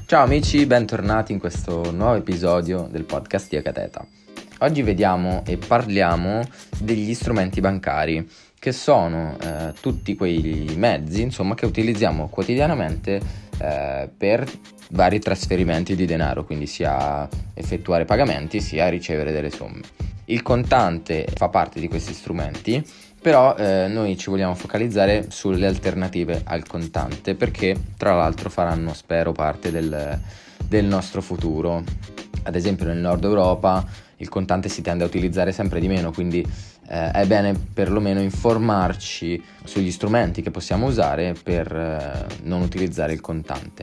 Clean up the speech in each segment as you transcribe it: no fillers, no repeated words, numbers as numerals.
Ciao amici, bentornati in questo nuovo episodio del podcast di Ecateta. Oggi vediamo e parliamo degli strumenti bancari, che sono tutti quei mezzi, che utilizziamo quotidianamente per vari trasferimenti di denaro, quindi sia effettuare pagamenti sia ricevere delle somme. Il contante fa parte di questi strumenti, però noi ci vogliamo focalizzare sulle alternative al contante, perché tra l'altro faranno, spero, parte del nostro futuro. Ad esempio nel nord Europa il contante si tende a utilizzare sempre di meno, quindi è bene perlomeno informarci sugli strumenti che possiamo usare per non utilizzare il contante.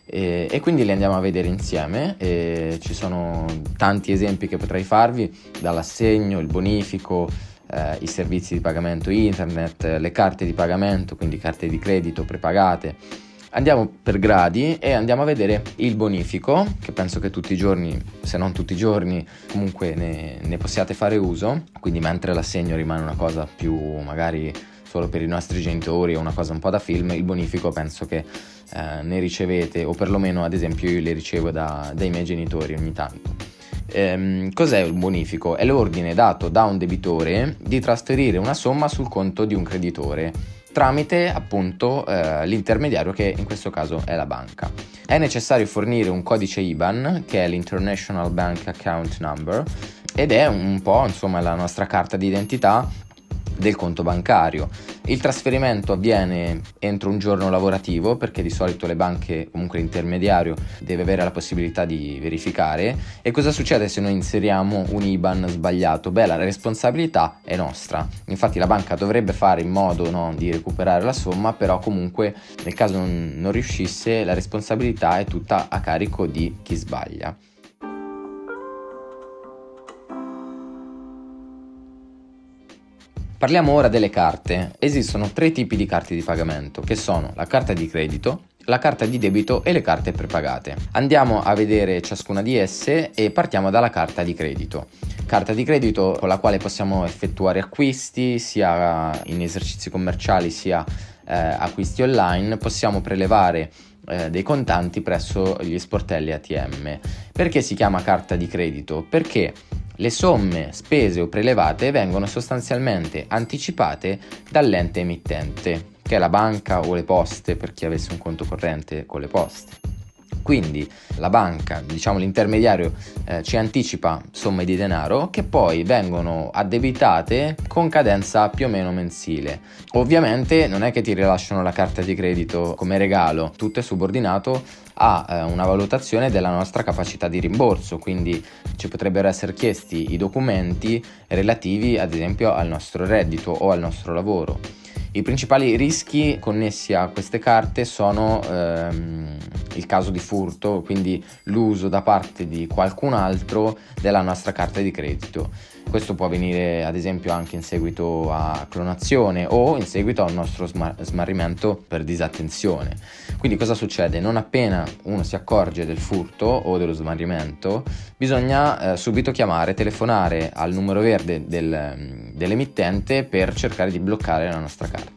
E quindi li andiamo a vedere insieme. Ci sono tanti esempi che potrei farvi, dall'assegno, il bonifico, i servizi di pagamento internet, le carte di pagamento, quindi carte di credito prepagate. Andiamo per gradi e andiamo a vedere il bonifico, che penso che tutti i giorni, se non tutti i giorni, comunque ne possiate fare uso. Quindi mentre l'assegno rimane una cosa più magari solo per i nostri genitori o una cosa un po' da film, il bonifico penso che ne ricevete, o perlomeno ad esempio io le ricevo dai miei genitori ogni tanto. Cos'è il bonifico? È l'ordine dato da un debitore di trasferire una somma sul conto di un creditore tramite appunto l'intermediario, che in questo caso è la banca. È necessario fornire un codice IBAN, che è l'International Bank Account Number, ed è un po' la nostra carta d'identità del conto bancario. Il trasferimento avviene entro un giorno lavorativo, perché di solito le banche, comunque l'intermediario, deve avere la possibilità di verificare. E cosa succede se noi inseriamo un IBAN sbagliato? La responsabilità è nostra. Infatti la banca dovrebbe fare in modo di recuperare la somma, però comunque nel caso non riuscisse, la responsabilità è tutta a carico di chi sbaglia. Parliamo ora delle carte. Esistono 3 tipi di carte di pagamento, che sono la carta di credito, la carta di debito e le carte prepagate. Andiamo a vedere ciascuna di esse e partiamo dalla carta di credito. Carta di credito con la quale possiamo effettuare acquisti sia in esercizi commerciali sia acquisti online. Possiamo prelevare dei contanti presso gli sportelli ATM. Perché si chiama carta di credito? Perché le somme spese o prelevate vengono sostanzialmente anticipate dall'ente emittente, che è la banca o le poste, per chi avesse un conto corrente con le poste. Quindi la banca, l'intermediario, ci anticipa somme di denaro che poi vengono addebitate con cadenza più o meno mensile. Ovviamente non è che ti rilasciano la carta di credito come regalo, tutto è subordinato a una valutazione della nostra capacità di rimborso, quindi ci potrebbero essere chiesti i documenti relativi ad esempio al nostro reddito o al nostro lavoro. I principali rischi connessi a queste carte sono il caso di furto, quindi l'uso da parte di qualcun altro della nostra carta di credito. Questo può avvenire ad esempio anche in seguito a clonazione o in seguito a un nostro smarrimento per disattenzione. Quindi cosa succede? Non appena uno si accorge del furto o dello smarrimento, bisogna subito telefonare al numero verde dell'emittente per cercare di bloccare la nostra carta.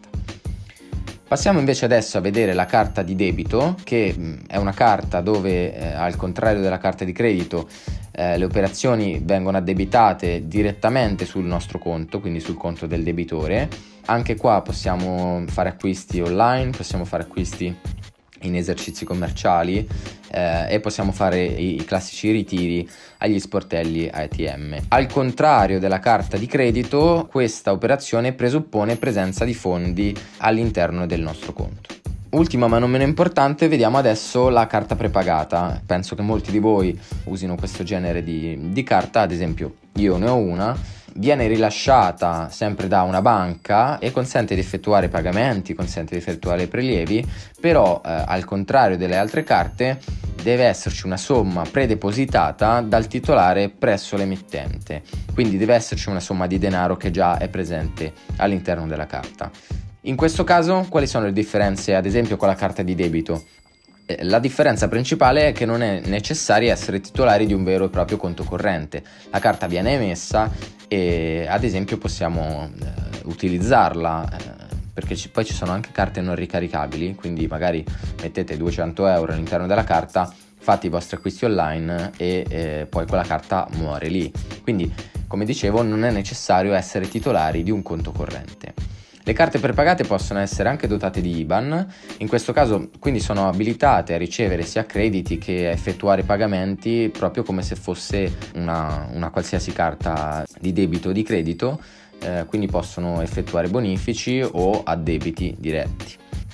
Passiamo invece adesso a vedere la carta di debito, che è una carta dove al contrario della carta di credito le operazioni vengono addebitate direttamente sul nostro conto, quindi sul conto del debitore. Anche qua possiamo fare acquisti online, possiamo fare acquisti in esercizi commerciali e possiamo fare i classici ritiri agli sportelli ATM. Al contrario della carta di credito, questa operazione presuppone presenza di fondi all'interno del nostro conto. Ultima ma non meno importante, vediamo adesso la carta prepagata. Penso che molti di voi usino questo genere di carta, ad esempio io ne ho una. Viene rilasciata sempre da una banca e consente di effettuare pagamenti, consente di effettuare prelievi, però al contrario delle altre carte deve esserci una somma predepositata dal titolare presso l'emittente, quindi deve esserci una somma di denaro che già è presente all'interno della carta. In questo caso quali sono le differenze ad esempio con la carta di debito? La differenza principale è che non è necessario essere titolari di un vero e proprio conto corrente. La carta viene emessa e ad esempio possiamo utilizzarla perché poi ci sono anche carte non ricaricabili, quindi magari mettete 200 euro all'interno della carta, fate i vostri acquisti online e poi quella carta muore lì. Quindi, come dicevo, non è necessario essere titolari di un conto corrente. Le carte prepagate possono essere anche dotate di IBAN, in questo caso quindi sono abilitate a ricevere sia crediti che a effettuare pagamenti proprio come se fosse una qualsiasi carta di debito o di credito, quindi possono effettuare bonifici o addebiti diretti.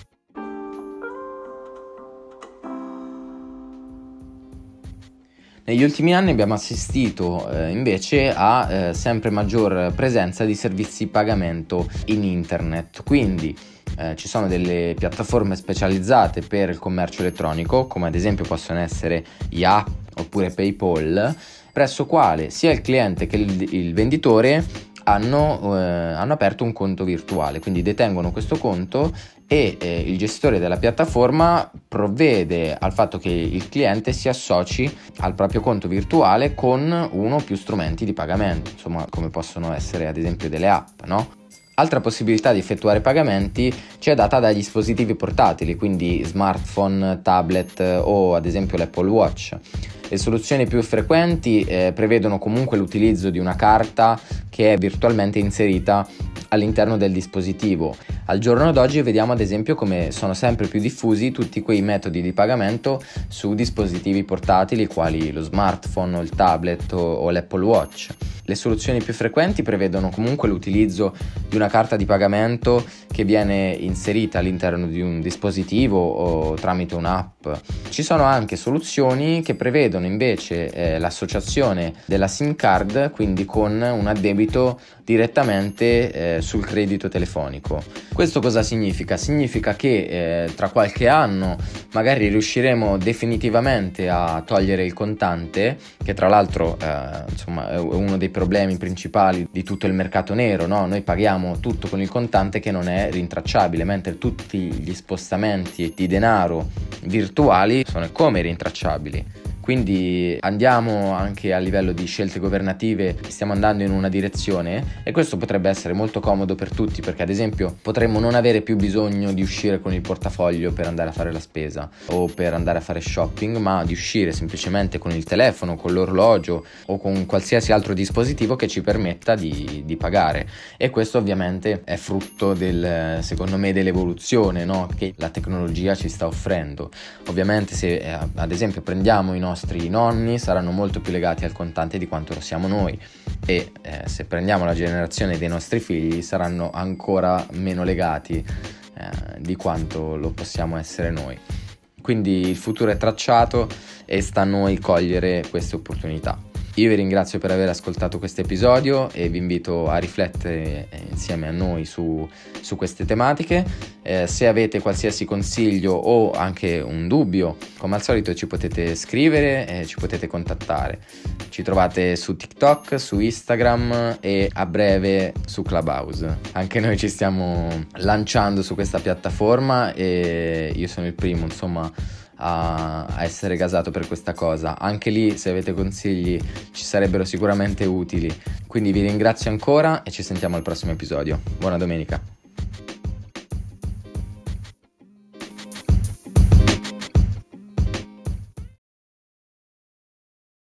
Negli ultimi anni abbiamo assistito invece a sempre maggior presenza di servizi di pagamento in internet, quindi ci sono delle piattaforme specializzate per il commercio elettronico, come ad esempio possono essere Yahoo oppure PayPal, presso quale sia il cliente che il venditore hanno aperto un conto virtuale, quindi detengono questo conto e il gestore della piattaforma provvede al fatto che il cliente si associ al proprio conto virtuale con uno o più strumenti di pagamento, insomma, come possono essere ad esempio delle app, no? Altra possibilità di effettuare pagamenti ci è data dai dispositivi portatili, quindi smartphone, tablet o ad esempio l'Apple Watch. Le soluzioni più frequenti prevedono comunque l'utilizzo di una carta che è virtualmente inserita all'interno del dispositivo. Al giorno d'oggi vediamo ad esempio come sono sempre più diffusi tutti quei metodi di pagamento su dispositivi portatili quali lo smartphone o il tablet o l'Apple Watch. Le soluzioni più frequenti prevedono comunque l'utilizzo di una carta di pagamento che viene inserita all'interno di un dispositivo o tramite un'app. Ci sono anche soluzioni che prevedono invece l'associazione della SIM card, quindi con un addebito direttamente sul credito telefonico. Questo cosa significa? Significa che tra qualche anno magari riusciremo definitivamente a togliere il contante, che tra l'altro insomma è uno dei problemi principali di tutto il mercato nero, no? Noi paghiamo tutto con il contante che non è rintracciabile, mentre tutti gli spostamenti di denaro virtuali sono come rintracciabili. Quindi andiamo anche a livello di scelte governative, stiamo andando in una direzione e questo potrebbe essere molto comodo per tutti, perché ad esempio potremmo non avere più bisogno di uscire con il portafoglio per andare a fare la spesa o per andare a fare shopping, ma di uscire semplicemente con il telefono, con l'orologio o con qualsiasi altro dispositivo che ci permetta di pagare. E questo ovviamente è frutto secondo me dell'evoluzione, no? Che la tecnologia ci sta offrendo. Ovviamente se ad esempio prendiamo i nostri nonni, saranno molto più legati al contante di quanto lo siamo noi, e se prendiamo la generazione dei nostri figli saranno ancora meno legati di quanto lo possiamo essere noi. Quindi il futuro è tracciato e sta a noi cogliere queste opportunità. Io vi ringrazio per aver ascoltato questo episodio e vi invito a riflettere insieme a noi su queste tematiche. Se avete qualsiasi consiglio o anche un dubbio, come al solito ci potete scrivere e ci potete contattare. Ci trovate su TikTok, su Instagram e a breve su Clubhouse. Anche noi ci stiamo lanciando su questa piattaforma e io sono il primo, insomma, a essere gasato per questa cosa. Anche lì, se avete consigli, ci sarebbero sicuramente utili. Quindi vi ringrazio ancora e ci sentiamo al prossimo episodio. Buona domenica.